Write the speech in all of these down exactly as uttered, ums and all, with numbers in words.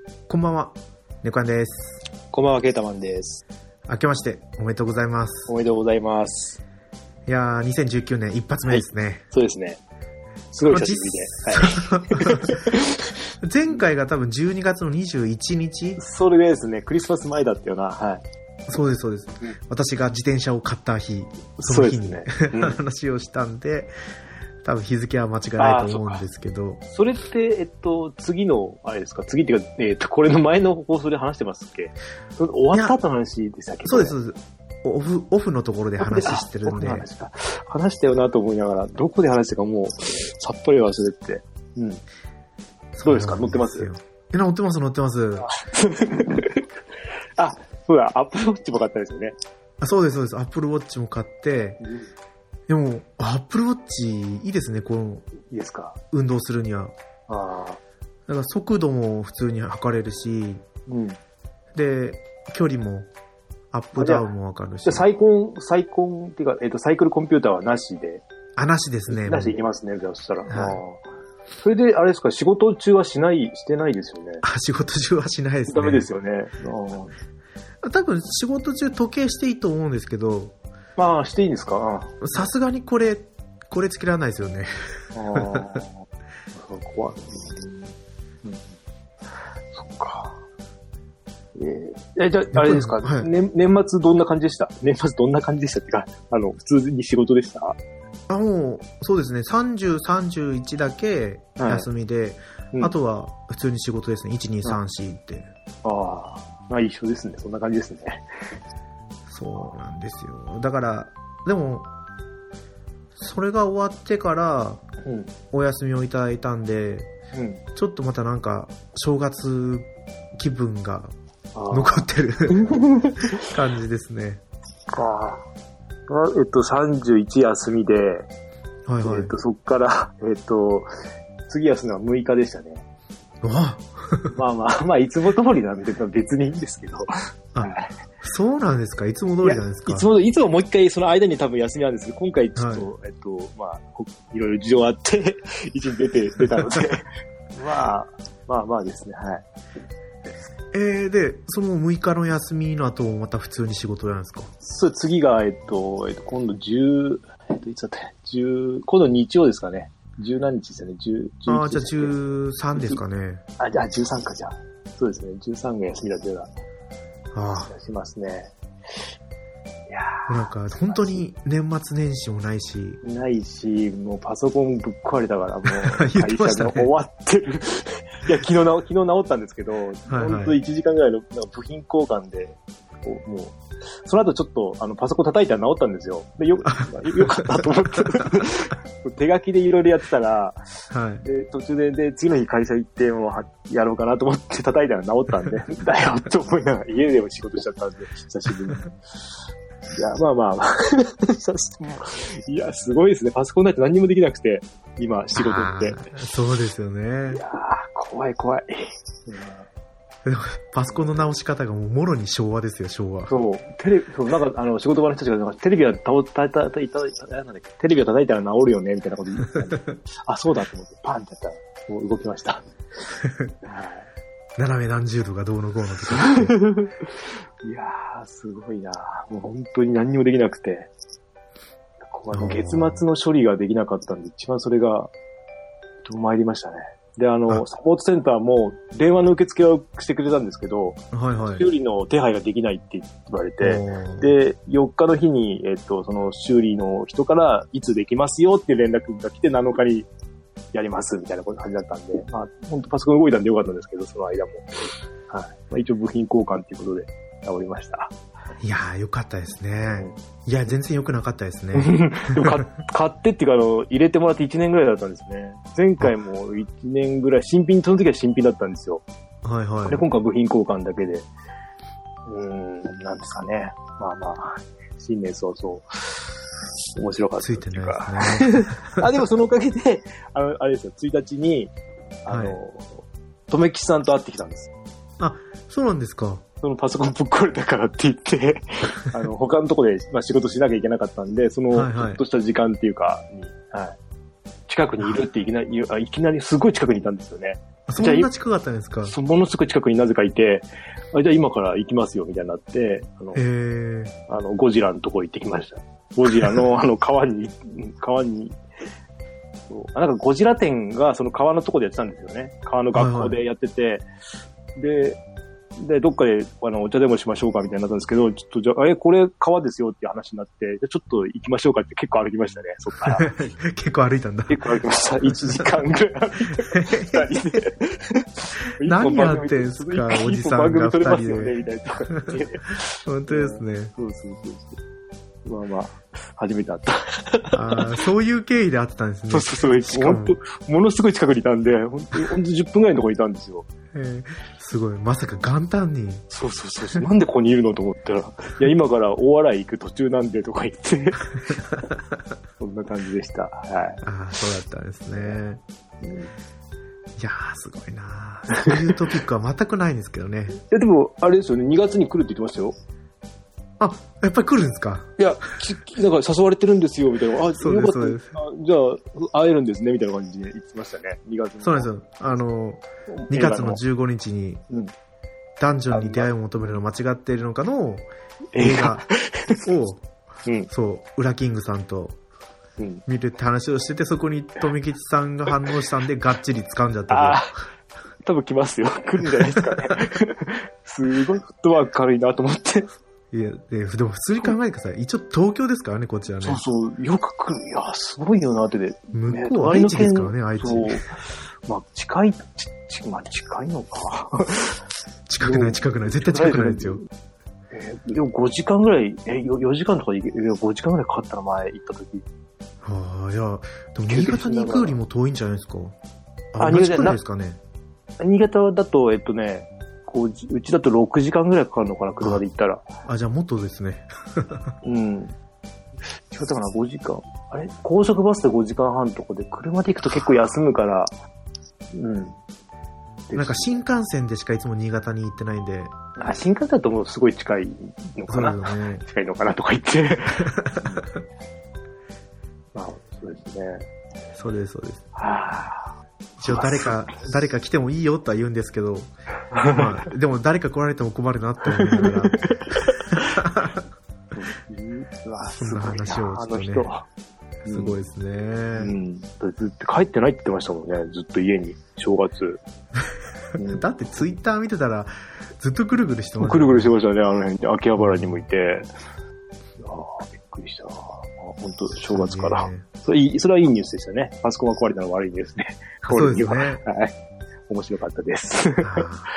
こんばんは、ネコヤンです。 こんばんは、ケータマンです。 明けましておめでとうございます。 おめでとうございます。 いやー、にせんじゅうきゅうねん一発目ですね。はい、 そうですね。すごい久しぶりで。はい、 前回が多分じゅうにがつのにじゅういちにちそれですね、クリスマス前だったよな。はい。 そうです、そうです。うん、私が自転車を買った日、その日に、ねうん、話をしたんで、多分日付は間違いないと思うんですけど。 そ, それって、えっと、次の、あれですか、次っていうか、えっと、これの前の放送で話してますっけ？終わった後の話でしたっけ？ そうです、そうです。オフ、オフのところで話してるんで。 話, 話したよなと思いながら、どこで話したかもう、さっぱり忘れて。うん。どうですか？乗ってます？ え、乗ってます、乗ってます。 あ、そうだ、アップルウォッチも買ったんですよね。 あ、そうです、そうです。アップルウォッチも買って、うんでも、アップルウォッチいいですね、この、 いいですか？運動するには。 ああ。 だから速度も普通に測れるし、 うん。 で、距離も、アップダウンもわかるし。 じゃあ、サイコン、サイコンっていうか、えっと、サイクルコンピューターはなしで。 あ、なしですね。 なしでいきますね、じゃあ、そしたら。 はい、 それで、あれですか、仕事中はしない、してないですよね。 あ、仕事中はしないですね。 ダメですよね。 あ多分、仕事中時計していいと思うんですけど、 まあ、していいんですか？ さすがにこれ、これつけられないですよね。 ああ、怖い。うん、そっか。えー、え、じゃあ、あれですか、はい、年、年末どんな感じでした？年末どんな感じでしたってか、あの、普通に仕事でした？ あ、もう、そうですね。さんじゅう、さんじゅういちだけ休みで、はいうん、あとは普通に仕事ですね。いち、に、さん、よんって。 ああ、まあ一緒ですね。そんな感じですね。 そうなんですよ。だから、でも、それが終わってから、お休みをいただいたんで、うん、ちょっとまたなんか、正月気分が残ってる感じですね。 ああ。えっと、さんじゅういち休みで、はいはい、えっと、そっから、えっと、次休むのはむいかでしたね。 あまあまあ、まあ、いつも通りなんで別にいいんですけど。 あそうなんですか？いつも通りなんですか？ い, いつもいつももう一回その間に多分休みなんですけど、今回ちょっと、はい、えっと、まあ、いろいろ事情あって、一日出て、出たので、まあ、まあまあですね、はい。 えー、で、そのむいかの休みの後もまた普通に仕事なんですか？ そう、次が、えっと、えっと、今度じゅう、えっと、いつだったじゅう、今度日曜ですかね。十何日ですよね。十、十ああ、じゃあじゅうさんですかね。 あ、じゃあじゅうさんか、じゃあ。そうですね。じゅうさんが休みだっていうのは。 ああ。 しますね。いやなんか、本当に年末年始もないし。 ないし、もうパソコンぶっ壊れたから、もう、 言ってましたね、 終わってる。いや、昨日な、昨日治ったんですけど、はいはい、本当いちじかんぐらいの部品交換で、もう、その後ちょっと、あの、パソコン叩いたら治ったんですよ。で、よ、よかったと思って。手書きでいろいろやってたら、はい、で、途中で、で、次の日会社行って、もう、やろうかなと思って叩いたら治ったんで、だよって思いながら、家でも仕事しちゃったんで、久しぶりに。いや、まあまあまあ。いや、すごいですね。パソコンないと何にもできなくて、今、仕事って。 そうですよね。 いやー、怖い怖い。 パソコンの直し方がもうもろに昭和ですよ、昭和。 そう。テレビ、そう、なんか、あの、仕事場の人たちが、なんかテレビは倒たたたいた、なんだっけ、テレビを叩いたら治るよね、みたいなこと言ってたんで、あ、そうだと思って、パンってやったら、もう動きました。 斜め何十度がどうのこうのとか。 いやー、すごいな。もう本当に何にもできなくて。月末の処理ができなかったんで、一番それが、参りましたね。で、あの、あサポートセンターも電話の受付をしてくれたんですけど、はいはい、修理の手配ができないって言われて、で、よっかの日に、えっと、その修理の人からいつできますよっていう連絡が来てなのかにやりますみたいな感じだったんで、まあ、本当パソコン動いたんでよかったんですけど、その間も。はい。まあ、一応部品交換っていうことで治りました。 いやー、よかったですね。いや、全然良くなかったですね。 でも買ってっていうか、あの、入れてもらっていちねんぐらいだったんですね。前回もいちねんぐらい、新品、その時は新品だったんですよ。はいはい。で、今回部品交換だけで。うーん、なんですかね。まあまあ、新年早々、面白かった。 ついてないですね。 あ、でもそのおかげで、あの、あれですよ、ついたちに、あの、とめきちさんと会ってきたんです。 あ、そうなんですか。 そのパソコンぶっ壊れたからって言って、あの、他のとこで、まあ、仕事しなきゃいけなかったんで、その、はいはい、ちょっとした時間っていうか、に、はい。近くにいるっていきなり、いきなりすごい近くにいたんですよね。 そんな近かったんですか？ ものすごい近くになぜかいて、あ、じゃあ今から行きますよみたいになって、あの、 えー、 あのゴジラのとこ行ってきました。ゴジラのあの川に、川に、そうなんかゴジラ展がその川のとこでやってたんですよね。川の学校でやってて、はいはい、で、で、どっかで、あの、お茶でもしましょうかみたいになったんですけど、ちょっとじゃあ、え、これ川ですよっていう話になって、じゃあちょっと行きましょうかって結構歩きましたね、そっから。 結構歩いたんだ。 結構歩きました。いちじかんぐらい歩いて、ふたりで。 何やってんすか、おじさんがふたりで。 ね、みたいなとか言って。 本当ですね。 そうそうそうそう。まあまあ、初めて会った。 ああ、そういう経緯で会ってたんですね。 そうそうそう。本当ものすごい近くにいたんで、本当に、本当じゅっぷんぐらいのところにいたんですよ。 えー、すごい。まさか元旦に。 そうそうそうそう。なんでここにいるのと思ったら、いや、今から大洗行く途中なんでとか言って。そんな感じでした。はい。 ああ、そうだったんですね。うん、いやー、すごいなー。そういうトピックは全くないんですけどね。 いや、でも、あれですよね、にがつに来るって言ってましたよ。 あ、やっぱり来るんですか？ いや、なんか誘われてるんですよ、みたいな。あ、 そうです、そうです。 じゃあ、会えるんですね、みたいな感じで言ってましたね。にがつに。 そうなんですよ。あの、にがつのじゅうごにちに、うん、ダンジョンに出会いを求めるの間違っているのかの映画を、うん、そう、ウラキングさんと見るって話をしてて、そこに富吉さんが反応したんで、がっちり掴んじゃったと。多分来ますよ。来るんじゃないですかね。すごいフットワーク軽いなと思って。 いや、でも普通に考えてください。一応東京ですからね、こっちはね。 そうそう、よく来る。いや、すごいよなってで。 向こうは愛知ですからね、愛知。そう。 まあ、近い、ち、まあ、近いのか。 近くない、近くない。絶対近くないですよ。 えー、でもごじかんぐらい、え、よじかんとかで行け、ごじかんぐらいかかったら前行った時。 はあ、いや、でも新潟に行くよりも遠いんじゃないですか。あ、新潟ですかね。 新潟だと、えっとね、うち、うちだとろくじかんぐらいかかるのかな、車で行ったら。 あ、じゃあもっとですね。 うん。違ったかな、ごじかん。あれ高速バスでごじかんはんとかで、車で行くと結構休むから、うん。 なんか新幹線でしかいつも新潟に行ってないんで。 あ、新幹線だともうすごい近いのかな。そうですね。近いのかなとか言って。まあ、そうですね。 そうです、そうです。 はぁ。 一応誰か、誰か来てもいいよとは言うんですけど、まあ、でも誰か来られても困るなって思いながら。そんな話をちょっとね。すごいですね。 うん。ずっと帰ってないって言ってましたもんね。ずっと家に、正月。 だってツイッター見てたら、ずっとぐるぐるしてました、ね。 ぐるぐるしてましたね、あの辺で。秋葉原にもいて。ああ、びっくりした。本当正月から。それいい、それはいいニュースでしたね。パソコンが壊れたのは悪いニュースね。 そうですね。はい。 面白かったです。うん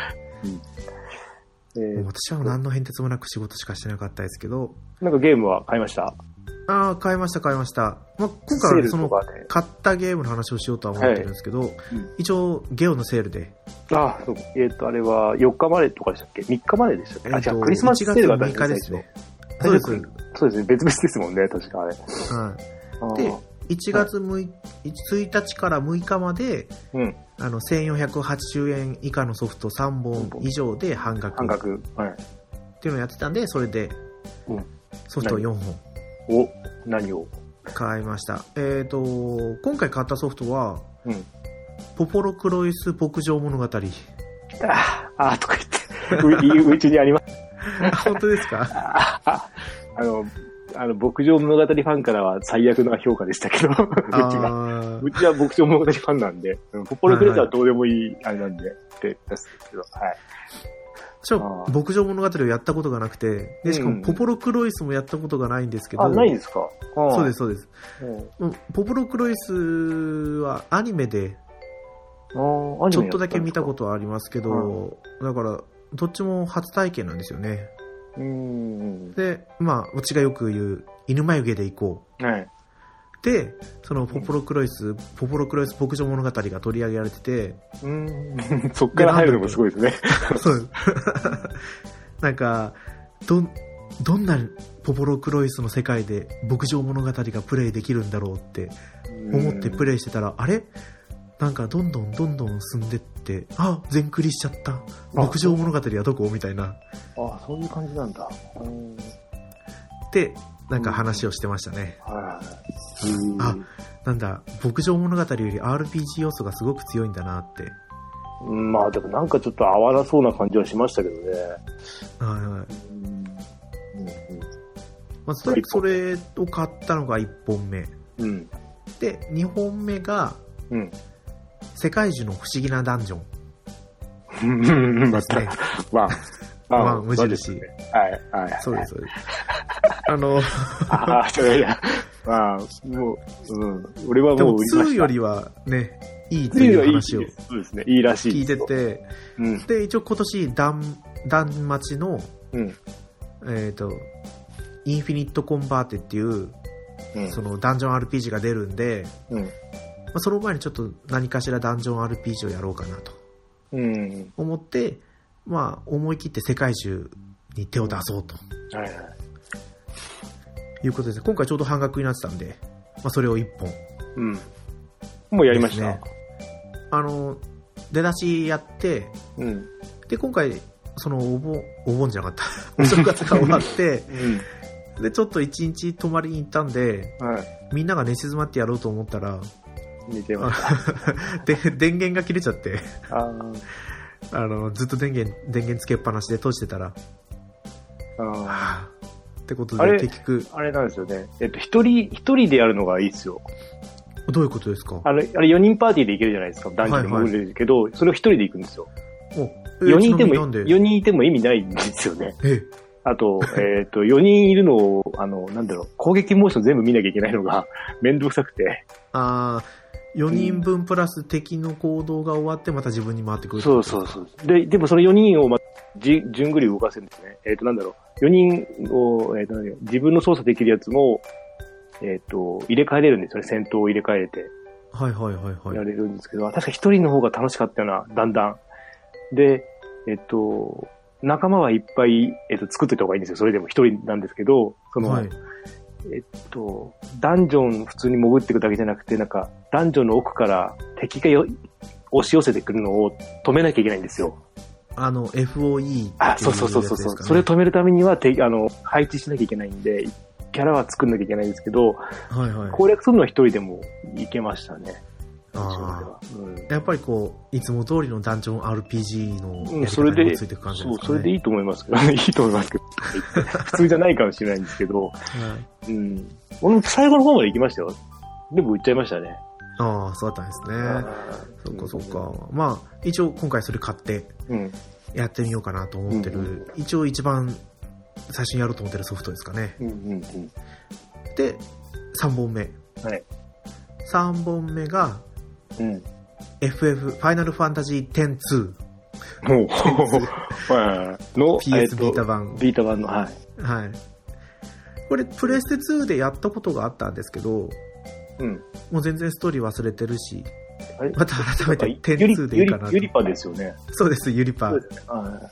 えー、私は何の変哲もなく仕事しかしてなかったですけど。 なんかゲームは買いました？ ああ、買いました買いました。まあ、今回はその、買ったゲームの話をしようとは思ってるんですけど、はいうん、一応ゲオのセールで。 ああ、そう。えっ、ー、と、あれはよっかまでとかでしたっけ？みっかまででしたっけ？あ、じゃあクリスマスセールがあったんですね。そうです。そうですね。別々ですもんね、確かあれ。 はい。で、いちがつついたちからむいかまで、うん、あの、せんよんひゃくはちじゅうえん以下のソフトさんぼん以上で半額。 半額。はい。 っていうのをやってたんで、それで、ソフトをよんほん。 お、何を買いました。えっと、今回買ったソフトは、うん、ポポロクロイス牧場物語。ああ、とか言って、う, うちにあります。 本当ですか？ あ, あの、あの、牧場物語ファンからは最悪な評価でしたけど、うちは。うちは牧場物語ファンなんで、ポポロクロイスはどうでもいい、あれなんで、ってですけど、はい。 私は牧場物語をやったことがなくて、でしかもポポロクロイスもやったことがないんですけど。 あ、ないんですか？ そうです、そうです。うん、ポポロクロイスはアニメで、ちょっとだけ見たことはありますけど、だから、どっちも初体験なんですよね。 うんで、まあ、うちがよく言う、犬眉毛で行こう。はい。 で、そのポポロクロイス、ポポロクロイス牧場物語が取り上げられてて、 うん、そっから入るのもすごいですね。 そうです。なんか、ど、どんなポポロクロイスの世界で牧場物語がプレイできるんだろうって思ってプレイしてたら、あれなんかどんどんどんどん進んでって、あ、全クリしちゃった。牧場物語はどこみたいな。 あ、そういう感じなんだ。 で、なんか話をしてましたね。 うん、 あ、なんだ、牧場物語より アールピージー 要素がすごく強いんだなって。 まあでもなんかちょっと合わなそうな感じはしましたけどね。 はいはい。うんうん、まず、それを買ったのがいっぽんめ。うん、で、にほんめが、うん、世界中の不思議なダンジョンですね。 まあ、 まあ、無印。 ね、はい、はい。 そうです、そうです。あの、 ああ、それいや、まあ、もう、うん。俺はもう売りました。 ツーよりはね、いいという話を。 そうですね、いいらしい。 聞いてて、うん、で、一応今年、ダン、ダンマチの、うん、えっと、インフィニットコンバーテっていう、うん、そのダンジョン アールピージー が出るんで、うん、まあ、その前にちょっと何かしらダンジョン アールピージー をやろうかなと思って、うん、まあ思い切って世界中に手を出そうと、うん、はいはい、いうことですね。今回ちょうど半額になってたんで、まあ、それをいっぽん、 うん、もうやりました、ね、 あの出だしやって、うん、で今回そのお盆お盆じゃなかったお正月が終わって、うん、でちょっと一日泊まりに行ったんで、はい、みんなが寝静まってやろうと思ったら寝てましたで電源が切れちゃってああのずっと電源電源つけっぱなしで閉じてたら、あ、はあ、ってことで結局あれなんですよね。えっと一人一人でやるのがいいですよ。 どういうことですか？ あれあれよにんパーティーで行けるじゃないですか。男女で潜れるけど、はいはい、それを一人で行くんですよ。およにんいてもよにんいても意味ないんですよね。えあと、えっと、よにんいるのを、あの、なんだろう、攻撃モーション全部見なきゃいけないのがめんどくさくて。 ああ、よにんぶんプラス敵の行動が終わってまた自分に回ってくる。 そうそうそう。で、でもそのよにんを、ま、じ、順繰り動かせるんですね。えっと、なんだろう、よにんを、えっと、自分の操作できるやつも、えっと、入れ替えれるんですよね。戦闘を入れ替えれて。 はいはいはいはい。 やれるんですけど、確か一人の方が楽しかったような、だんだん。で、えっと、仲間はいっぱい、えっと、作っといた方がいいんですよ。それでも一人なんですけど、その、はい、えっと、ダンジョン普通に潜っていくだけじゃなくて、なんか、ダンジョンの奥から敵がよ押し寄せてくるのを止めなきゃいけないんですよ。 あの、エフオーイー っていう、ね。 あ、そうそうそうそう。それを止めるためには、てあの、配置しなきゃいけないんで、キャラは作んなきゃいけないんですけど、はいはい、攻略するのは一人でもいけましたね。 あうん、やっぱりこういつも通りのダンジョン アールピージー のやり方についていく感じですかね。 そう、それでいいと思いますけど、いいと思いますけど、普通じゃないかもしれないんですけど、はい、うん。俺も最後の方まで行きましたよ。でも売っちゃいましたね。 ああ、そうだったんですね。そっかそっか。うん、まあ一応今回それ買ってやってみようかなと思ってる。うんうん、一応一番最初にやろうと思ってるソフトですかね。うんうんうん、でさんぼんめ。はい。さんぼんめが。うん、エフエフ ファイナルファンタジーテンツー もうの ピーエス ビータ版ビータ版のはい、 はい、これプレステツーでやったことがあったんですけど、うん、もう全然ストーリー忘れてるし、また改めてテンツーでいいかなと。 ユリパですよね。 そうです、ユリパ。そうですね、はい、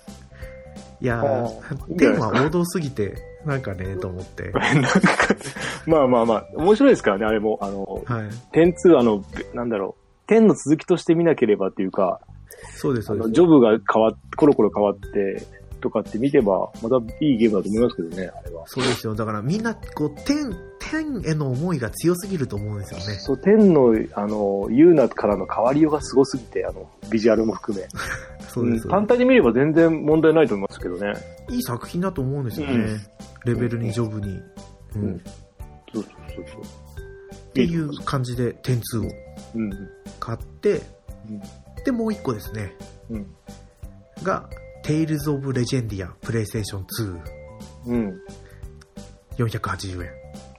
いやーテンは王道すぎてなんかねと思ってなんかまあまあまあ面白いですからね、あれもあの、はい、テンツーあのなんだろう、テンの続きとして見なければっていうか、 そうですそうです。 ジョブが変わっコロコロ変わってとかって見ればまたいいゲームだと思いますけどね、あれは。 そうですよ。だからみんなこうテンテンへの思いが強すぎると思うんですよね。 そう、テンのあのユーナからの変わりようがすごすぎて、あのビジュアルも含め。そうです、うん。単体で見れば全然問題ないと思いますけどね。 いい作品だと思うんですよね。うん、レベルにジョブに、うんうん。そうそうそうそう。っていう感じでテンツーを買って、うん、でもう一個ですね、うん、がテイルズオブレジェンディアプレイステーションツー、うん、よんひゃくはちじゅうえん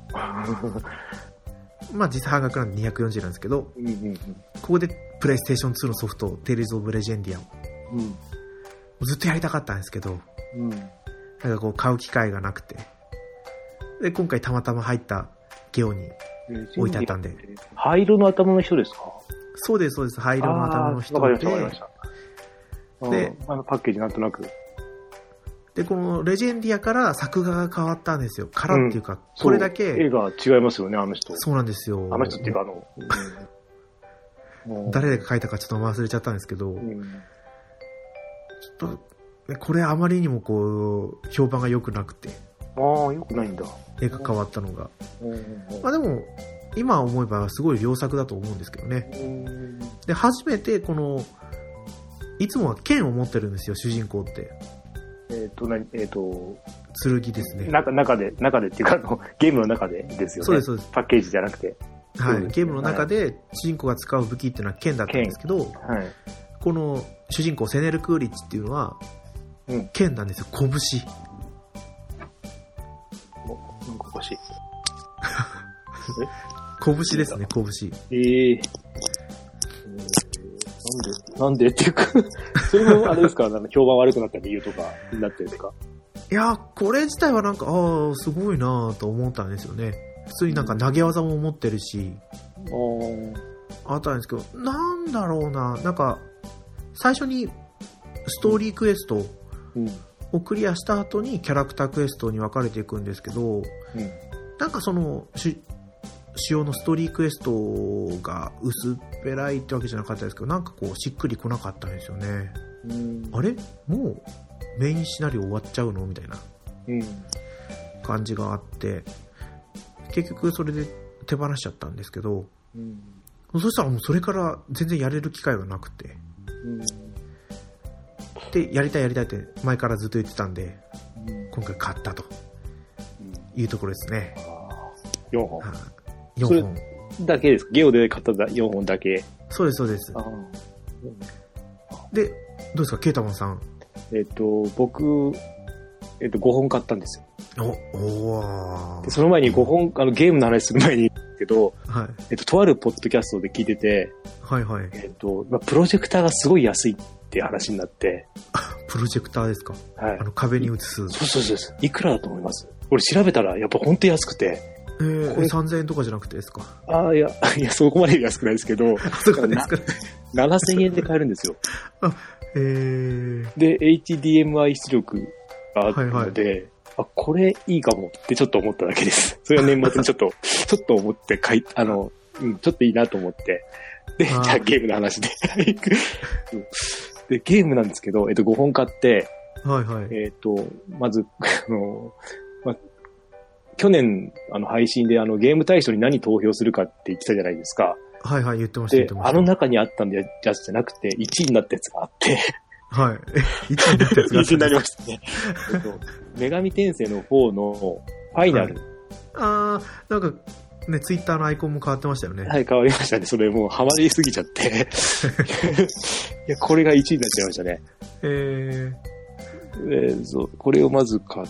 まあ実際半額なんでにひゃくよんじゅうえんなんですけど、うんうんうん、ここでプレイステーションツーのソフトテイルズオブレジェンディアを、うん、ずっとやりたかったんですけど、うん、なんかこう買う機会がなくて、で今回たまたま入ったゲオに置いてあったんで。 灰色の頭の人ですか？ そうです、そうです。灰色の頭の人で。 わかりました、わかりました。で、あのパッケージなんとなく。 で、このレジェンディアから作画が変わったんですよ。からっていうか、うん、これだけ。 絵が違いますよね、あの人。 そうなんですよ。 あの人っていうか、あの、 うん、誰が描いたかちょっと忘れちゃったんですけど、うん、ちょっと、これあまりにもこう、評判が良くなくて。 ああ、良くないんだ。 絵が変わったのが。まあでも、今思えばすごい良作だと思うんですけどね。で、初めてこの、 いつもは剣を持ってるんですよ、主人公って。 えっ、ー、と、何、えっ、ー、と、 剣ですね。 中、中で、中でっていうか、あの、ゲームの中でですよね。 そうです、そうです。 パッケージじゃなくて。 はい。ゲームの中で、主人公が使う武器っていうのは剣だったんですけど、はい、この主人公、セネル・クーリッチっていうのは、うん、剣なんですよ、拳。 お、なんかおかしい。 拳ですね、拳。 ええー。なんで、なんでっていうか、それもあれですか、なんか評判悪くなった理由とかになってるんですか？ いや、これ自体はなんか、ああ、すごいなぁと思ったんですよね。普通になんか投げ技も持ってるし、うん、あったんですけど、なんだろうな、なんか、最初にストーリークエストをクリアした後にキャラクタークエストに分かれていくんですけど、うん、なんかその、主要のストーリークエストが薄っぺらいってわけじゃなかったですけど、なんかこうしっくりこなかったんですよね。うん、あれもうメインシナリオ終わっちゃうのみたいな感じがあって、結局それで手放しちゃったんですけど、うん、そしたらもうそれから全然やれる機会はなくて、うん、でやりたいやりたいって前からずっと言ってたんで、うん、今回買ったというところですね。 よんほん。 よんほんだけですか？ゲオで買ったよんほんだけ。 そうです、そうです。あ、で、どうですか、ケータマンさん。 えっ、ー、と、僕、えっ、ー、と、ごほん買ったんですよ。 お、おでその前にごほん、あの、ゲームの話する前に、けど、 はい。 えっ、ー、と、とあるポッドキャストで聞いてて、 はいはい。 えっ、と、まあ、プロジェクターがすごい安いっていう話になって。 プロジェクターですか？ はい。 あの、壁に映す。 そうそうそうそう。いくらだと思います？俺調べたら、やっぱほんと安くて。 えー、さんぜんえんとかじゃなくてですか？ ああ、いや、いや、そこまで安くないですけど、 そうかですか。 ななせんえんで買えるんですよ。 あ、へー。 で、エイチディーエムアイ 出力があるので、はいはい、あ、これいいかもってちょっと思っただけです。それは年末にちょっと、ちょっと思って買い、あの、うん、ちょっといいなと思って。で、じゃあゲームの話で。で、ゲームなんですけど、えっと、ごほん買って、 はいはい。 えっと、まず、あの、ま去年、あの、配信で、あの、ゲーム大賞に何投票するかって言ってたじゃないですか。 はいはい、言ってました、言ってました。 あの中にあったんで、やつじゃなくて、いちいになったやつがあって。 はい。いちいになったやつがあって。いちいになりましたね。えっと、女神転生の方のファイナル。はい、 あー、なんか、ね、ツイッターのアイコンも変わってましたよね。 はい、変わりましたね。それもうハマりすぎちゃって。いや、これがいちいになっちゃいましたね。 えー。 えー、そう、これをまず買って、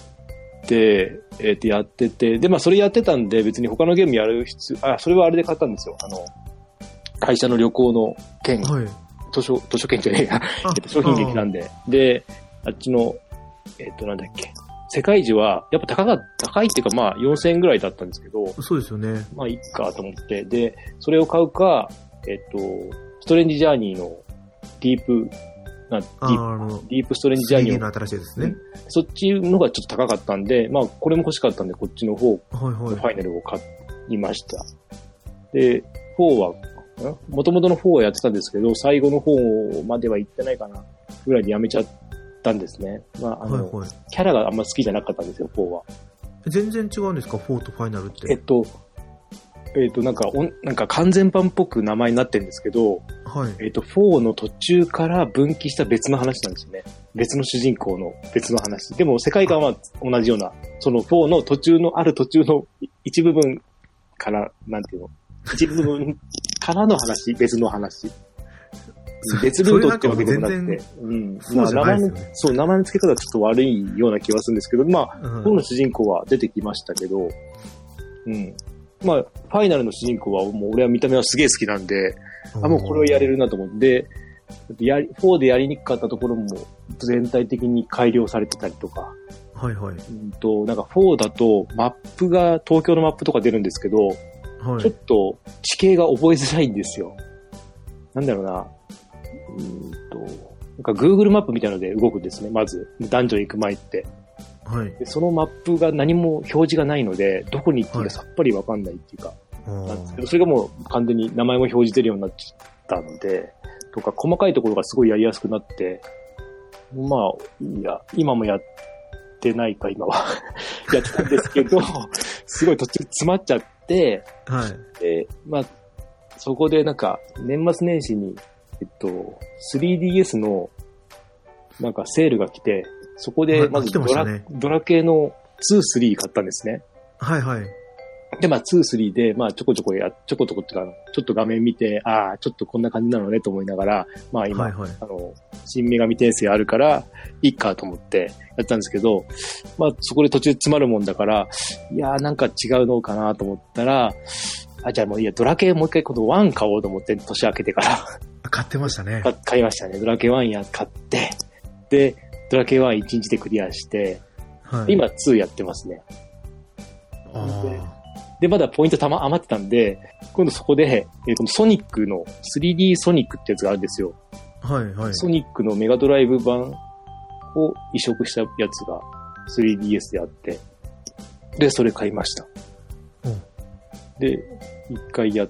えっと、やってて、で、まあ、それやってたんで、別に他のゲームやる必要、あ、それはあれで買ったんですよ。あの、会社の旅行の券。はい。図書、図書券じゃねえや。えっと、商品劇なんで。で、あっちの、えっと、なんだっけ。世界樹は、やっぱ高か、高いっていうか、まあ、よんせんえんぐらいだったんですけど。 そうですよね。 まあ、いいかと思って。で、それを買うか、えっと、ストレンジジャーニーのディープ、なディープ、ディープストレンジジャーニーの新しいですね、うん。 そっちのがちょっと高かったんで、まあ、これも欲しかったんで、こっちの方、はいはい、ファイナルを買いました。で、よんは、元々のよんはやってたんですけど、最後の方までは行ってないかな、ぐらいでやめちゃったんですね。まあ、あの、はいはい、キャラがあんま好きじゃなかったんですよ、よんは。 全然違うんですか、よんとファイナルって。 えっと、えっと、なんか、おなんか完全版っぽく名前になってるんですけど、 はい。 えっと、よんの途中から分岐した別の話なんですよね。別の主人公の別の話。でも世界観は同じような、そのよんの途中の、ある途中の一部分から、なんていうの、一部分からの話、別の話。別ルートってわけでもなくて。うん。まあ、名前の、そう、名前の付け方はちょっと悪いような気はするんですけど、まあ、よんの主人公は出てきましたけど、うん。まあ、ファイナルの主人公はもう俺は見た目はすげえ好きなんで、あ、もうこれをやれるなと思って、やり、よんでやりにくかったところも全体的に改良されてたりとか。 はいはい。 うんと、なんかよんだとマップが、東京のマップとか出るんですけど、はい、ちょっと地形が覚えづらいんですよ。なんだろうな。うんと、なんか Google マップみたいなので動くんですね、まず。ダンジョン行く前って。 はい、 でそのマップが何も表示がないので、どこに行っていいかさっぱりわかんないっていうか、はい、なんですけど、それがもう完全に名前も表示出るようになっちゃったので、とか細かいところがすごいやりやすくなって、まあ、いや、今もやってないか、今は。やってたんですけど、すごい途中詰まっちゃって、 はい。 で、まあ、そこでなんか、年末年始に、えっと、スリーディーエス のなんかセールが来て、そこでまずドラ、ね、ドラ系のツー、スリー買ったんですね。 はいはい。 で、まあ、ツー、スリーで、まあ、ちょこちょこや、ちょこちょこっていうか、ちょっと画面見て、ああ、ちょっとこんな感じなのねと思いながら、まあ今、はいはい、あの、新女神転生あるから、いいかと思ってやったんですけど、まあ、そこで途中詰まるもんだから、いやーなんか違うのかなと思ったら、あ、じゃあもういいや、ドラケもう一回このワン買おうと思って、年明けてから。 買ってましたね。 買いましたね。ドラケワンや買って、で、ドラケワンいちにちでクリアして、はい、今ツーやってますね。 あで、まだポイントたま余ってたんで、今度そこで、えー、このソニックの スリーディー ソニックってやつがあるんですよ。 はいはい。 ソニックのメガドライブ版を移植したやつが スリーディーエス であって、で、それ買いました。 うん、 で、一回やって、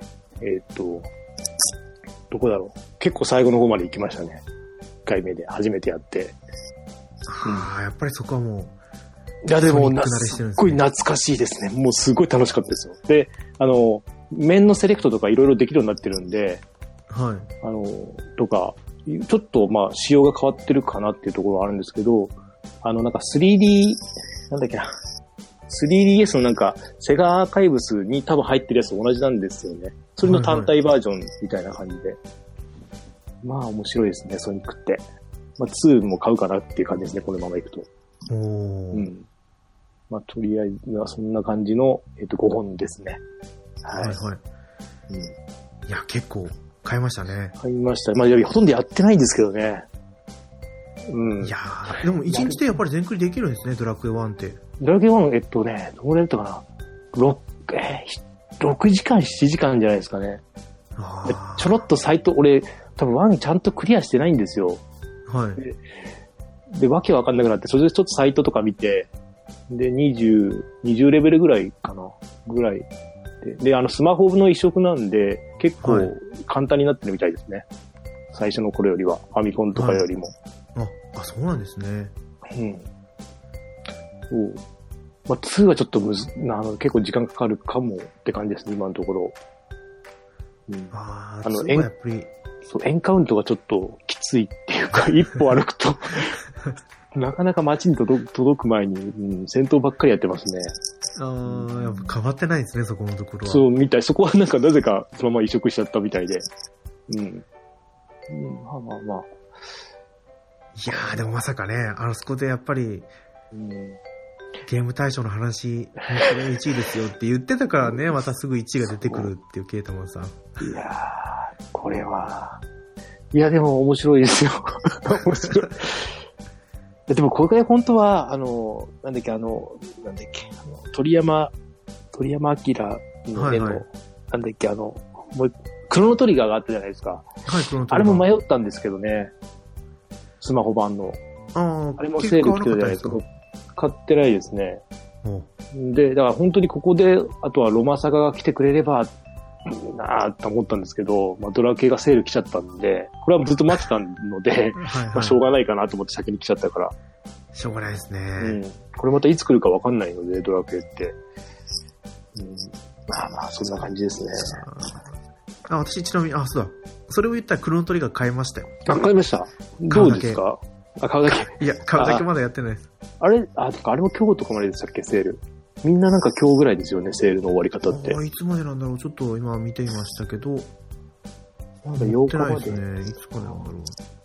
えっと、どこだろう。結構最後の方まで行きましたね。一回目で初めてやって。 ああ、うん、やっぱりそこはもう、 いやでも、すっごい懐かしいですね。もうすごい楽しかったですよ。で、あの、面のセレクトとかいろいろできるようになってるんで、 はい。 あの、とか、ちょっとまあ仕様が変わってるかなっていうところはあるんですけど、あのなんか スリーディー、なんだっけな、スリーディーエス のなんかセガアーカイブスに多分入ってるやつと同じなんですよね。それの単体バージョンみたいな感じで。はいはい、まあ面白いですね、ソニックって。まあツーも買うかなっていう感じですね、このままいくと。 おー。 うん。まあ、とりあえずはそんな感じの、えっと、ごほんですね。はい。はいはい。うん。いや、結構、買いましたね。 買いました。まあ、ほとんどやってないんですけどね。うん。 いやー、でもいちにちでやっぱり全クリできるんですね、ドラクエワンって。 ドラクエワン、えっとね、どれだったかな。ろく、えー、ろくじかん、しちじかんじゃないですかね。あちょろっとサイト、俺、多分ワンちゃんとクリアしてないんですよ。 はい。 で、でわけわかんなくなって、それでちょっとサイトとか見て、で、にじゅう、にじゅうレベルぐらいかなぐらいで。で、あの、スマホの移植なんで、結構簡単になってるみたいですね。はい、最初の頃よりは。ファミコンとかよりも。 はい、あ、あ、そうなんですね。 うん。そう。まあ、ツーはちょっとむず、あの、結構時間かかるかもって感じですね、今のところ。 うん。ああの、 エン、やっぱりそう、エンカウントがちょっときついっていうか、一歩歩くと、なかなか街に届く、届く前に、うん、戦闘ばっかりやってますね。 ああ、やっぱ変わってないですね、そこのところは。 そう、みたい。そこはなんかなぜかそのまま移植しちゃったみたいで。うん。うん、まあまあまあ。 いやー、でもまさかね、あの、そこでやっぱり、うん、ゲーム大賞の話、これいちいですよって言ってたからね、またすぐいちいが出てくるっていうケイタマンさん。 いやー、これは、いやでも面白いですよ。面白い。でもこれくらい本当は、あの、なんだっけ、あの、なんだっけ、あの鳥山、鳥山明の絵の、はいはい、なんだっけ、あの、もう、クロノトリガーがあったじゃないですか。 はい、クロノトリガー。 あれも迷ったんですけどね。スマホ版の。 ああれもセール来てるじゃないですか。買ってないですね。で、だから本当にここで、あとはロマサガが来てくれれば、なぁと思ったんですけど、まあ、ドラ系がセール来ちゃったんで、これはずっと待ってたので、はい、はい、まあしょうがないかなと思って先に来ちゃったから。 しょうがないですね。 うん。これまたいつ来るかわかんないので、ドラ系って。うん。まあまあ、そんな感じですね。 あ、私ちなみに、あ、そうだ。それを言ったらクロノトリガー買いましたよ。 あ、買いました。どうですか？あ、買うだけ。 いや、買うだけまだやってないです。 あ, あれ、あ、とかあれも今日とかまででしたっけ、セール。みんななんか今日ぐらいですよね、セールの終わり方って。 あ、いつまでなんだろう、ちょっと今見ていましたけど。 なんかようかまで。 ですね。いつまでなんだろう。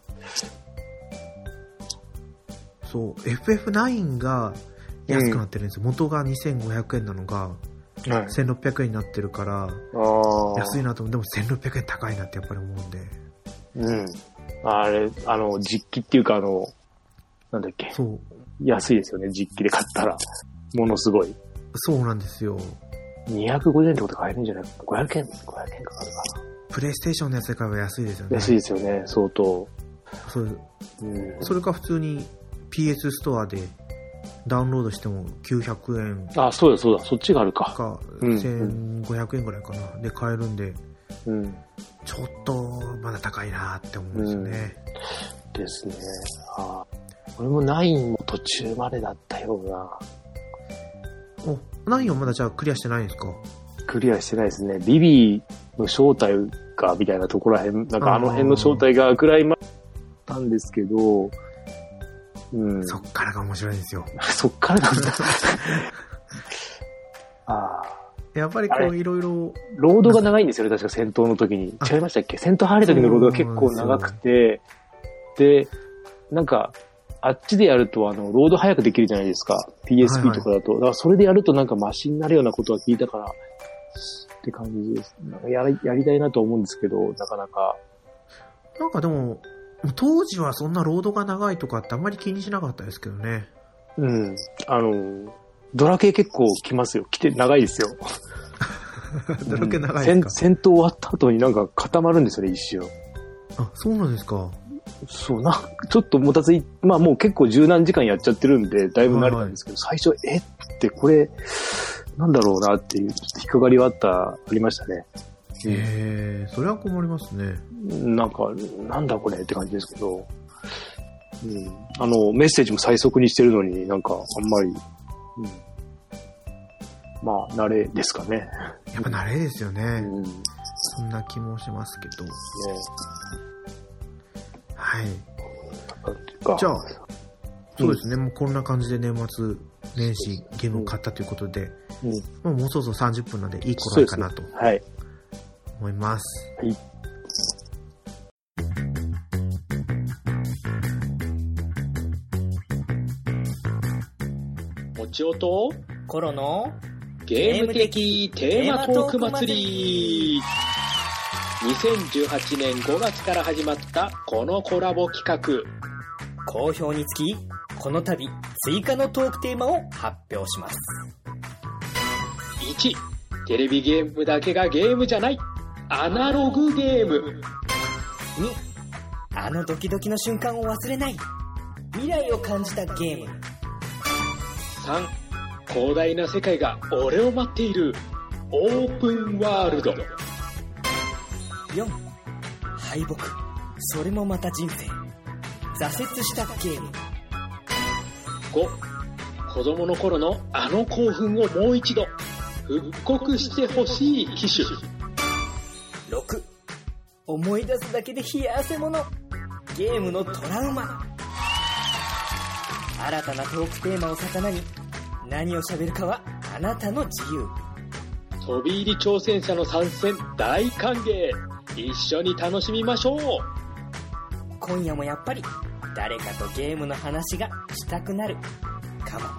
そう、エフエフナイン が安くなってるんですよ。うん、元がにせんごひゃくえんなのが、はい、せんろっぴゃくえんになってるから、 あ安いなと思って、でもせんろっぴゃくえん高いなってやっぱり思うんで。 うん。あれ、あの、実機っていうかあの、なんだっけ。 そう。 安いですよね、実機で買ったら。ものすごい。 そうなんですよ。 にひゃくごじゅうえんってこと買えるんじゃない？ ごひゃく 円 ?ごひゃく 円かかるかな。 プレイステーションのやつで買えば安いですよね。 安いですよね、相当。 そう、うん、それか普通に ピーエス ストアでダウンロードしてもきゅうひゃくえん。 あ、そうだそうだ、そっちがあるか。 か、うん、せんごひゃくえんぐらいかな。で買えるんで、 うん、 ちょっとまだ高いなって思うんですよね。 うん、ですね。ああ。俺もナインも途中までだったような。 お、ナインはまだじゃあクリアしてないんですか？ クリアしてないですね。ビビの正体がみたいなところらへん、なんかあの辺の正体がくらいまったんですけど、 うん、 そっからが面白いんですよ。 そっからなんだ。ああ。 やっぱりこういろいろ。 ロードが長いんですよね、確か戦闘の時に。違いましたっけ？戦闘入る時のロードが結構長くて、で、なんか、あっちでやると、あの、ロード早くできるじゃないですか。ピーエスピー とかだと。はいはい、だからそれでやるとなんかマシになるようなことは聞いたから、って感じです。なんかやり、やりたいなと思うんですけど、なかなか。 なんかでも、当時はそんなロードが長いとかってあんまり気にしなかったですけどね。 うん。あの、ドラ系結構来ますよ。来て長いですよ。 ドラ系長いですか、 うん、戦闘終わった後になんか固まるんですよね、一瞬。 あ、そうなんですか。 そうな、ちょっともたつい、まあもう結構十何時間やっちゃってるんで、だいぶ慣れたんですけど、はいはい、最初、えってこれ、なんだろうなっていう、ちょっと引っかかりはあった、ありましたね。 へえ、それは困りますね。 なんか、なんだこれって感じですけど、うん、あの、メッセージも最速にしてるのになんかあんまり、うん、まあ、慣れですかね。 やっぱ慣れですよね。 うん、 そんな気もしますけど。ね、はい。じゃあ、そうですね、うん、もうこんな感じで年末年始ゲームを買ったということで、うんまあ、もうそろそろさんじゅっぷんなんでいい頃かなと思います。 はい。 もちおとコロのゲーム的テーマトーク祭り。にせんじゅうはちねんごがつから始まったこのコラボ企画。 好評につき、この度追加のトークテーマを発表します。 いち. テレビゲームだけがゲームじゃない、アナログゲーム。 に. あのドキドキの瞬間を忘れない、未来を感じたゲーム。 さん. 広大な世界が俺を待っている、オープンワールド。 よん. 敗北、それもまた人生、挫折したゲーム。 ご. 子供の頃のあの興奮をもう一度復刻してほしい機種。 ろく. 思い出すだけで冷や汗もの、ゲームのトラウマ。新たなトークテーマを魚に、何を喋るかはあなたの自由。 飛び入り挑戦者の参戦大歓迎。一緒に楽しみましょう。 今夜もやっぱり誰かとゲームの話がしたくなるかも。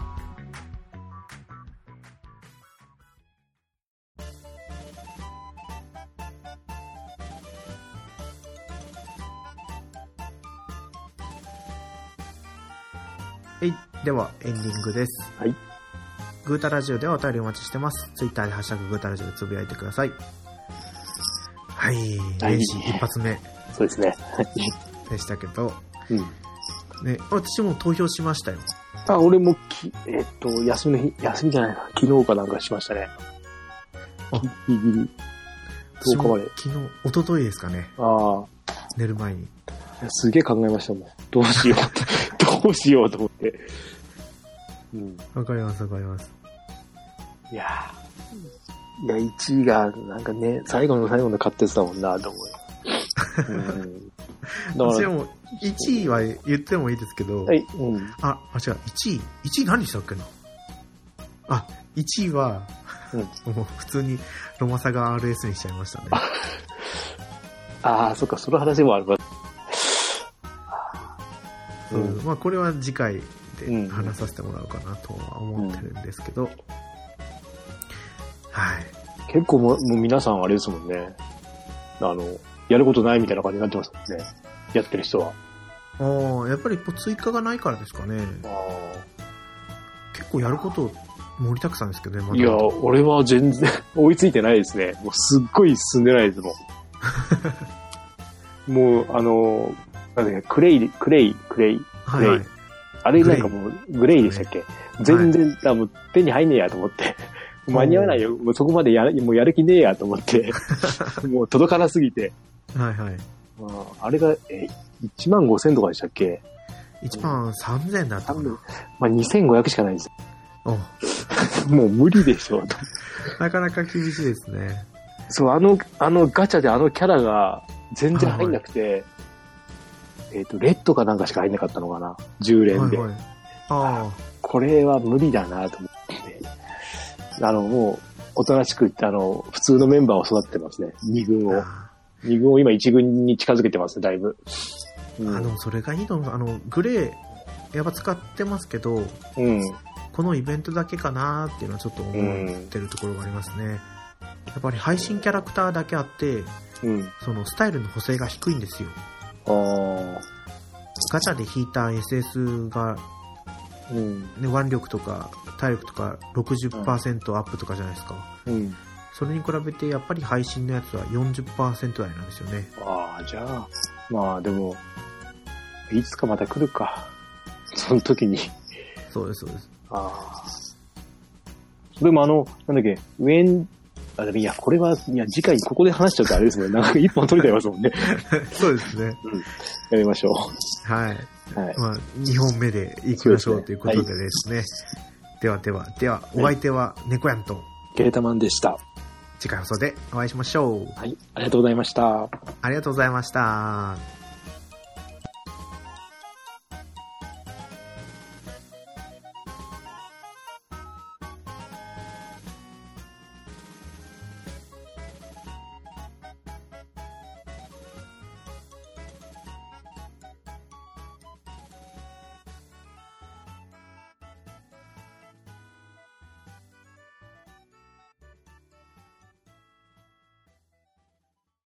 はい、ではエンディングです。 はい。 グータラジオではお便りお待ちしてます。ツイッターでハッシュタググータラジオでつぶやいてください。はい、年始一発目。 そうですね。 でしたけど、 うん。 ね、私も投票しましたよ。 あ、俺もき、えっと、休みの日、休みじゃないな、昨日かなんかしましたね。 あ、 ギリギリ。とおかまで。 昨日、一昨日ですかね。 ああ。 寝る前に。 すげえ考えましたもん。どうしよう。どうしようと思って。 うん。わかります、わかります。 いやー。いや、いちいが、なんかね、最後の最後の買ってたもんな、と思う。うん。 私も、いちいは言ってもいいですけど、 はい、うん。 あ、あ、違う、いちい、いちい何したっけな。あ、いちいは、うん、もう普通にロマサガ アールエス にしちゃいましたね。 ああ、そっか、その話もあるわ。 うん、まあこれは次回で話させてもらおうかなとは思ってるんですけど、うん、はい。 結構もう皆さんあれですもんね。あの、やることないみたいな感じになってますもんね。やってる人は。 ああ、やっぱり追加がないからですかね。あ結構やること盛りだくさんですけどね、まだ。 いや、俺は全然追いついてないですね。もうすっごい進んでないですもん。もう、あの、なんだっけ、クレイ、クレイ、クレイ、クレイ。はいはい、あれなんかもう、グレイでしたっけ、全然、はい、もう手に入んねえやと思って。間に合わないよ。もうそこまでやる、もうやる気ねえやと思って。もう届かなすぎて。 はいはい。 まあ、あれが、え、いちまんごせんとかでしたっけ ? いちまんさんぜんだったかな。 まあ、にせんごひゃくしかないです。もう無理でしょ。 なかなか厳しいですね。 そう、あの、あのガチャであのキャラが全然入んなくて、 えっ、ー、と、レッドかなんかしか入んなかったのかな。じゅう連で。はいはい、あこれは無理だなと思って。あの、もう、おとなしく、あの、普通のメンバーを育ててますね。に軍を。に軍を今いち軍に近づけてますね、だいぶ。 うん、あの、それがいいの、あの、グレー、やっぱ使ってますけど、うん、このイベントだけかなーっていうのはちょっと思ってるところがありますね。うん、やっぱり配信キャラクターだけあって、うん、そのスタイルの補正が低いんですよ。あガチャで引いた エスエス が、うんね、腕力とか体力とか ろくじゅっパーセント アップとかじゃないですか。うん、それに比べてやっぱり配信のやつは よんじゅっパーセント 台なんですよね。 ああ、じゃあ、まあでも、いつかまた来るか。その時に。 そうです、そうです。ああ。でもあの、なんだっけ、上に、あ、でもいや、これは、いや、次回ここで話しちゃうとあれですね。なんか一本取れちゃいますもんね。 そうですね。うん。 やりましょう。はい。はい。まあ、にほんめで行きましょうということでですね。はい、ではでは、では、お相手は猫やんと、 ケータマンでした。 次回放送でお会いしましょう。 はい。ありがとうございました。 ありがとうございました。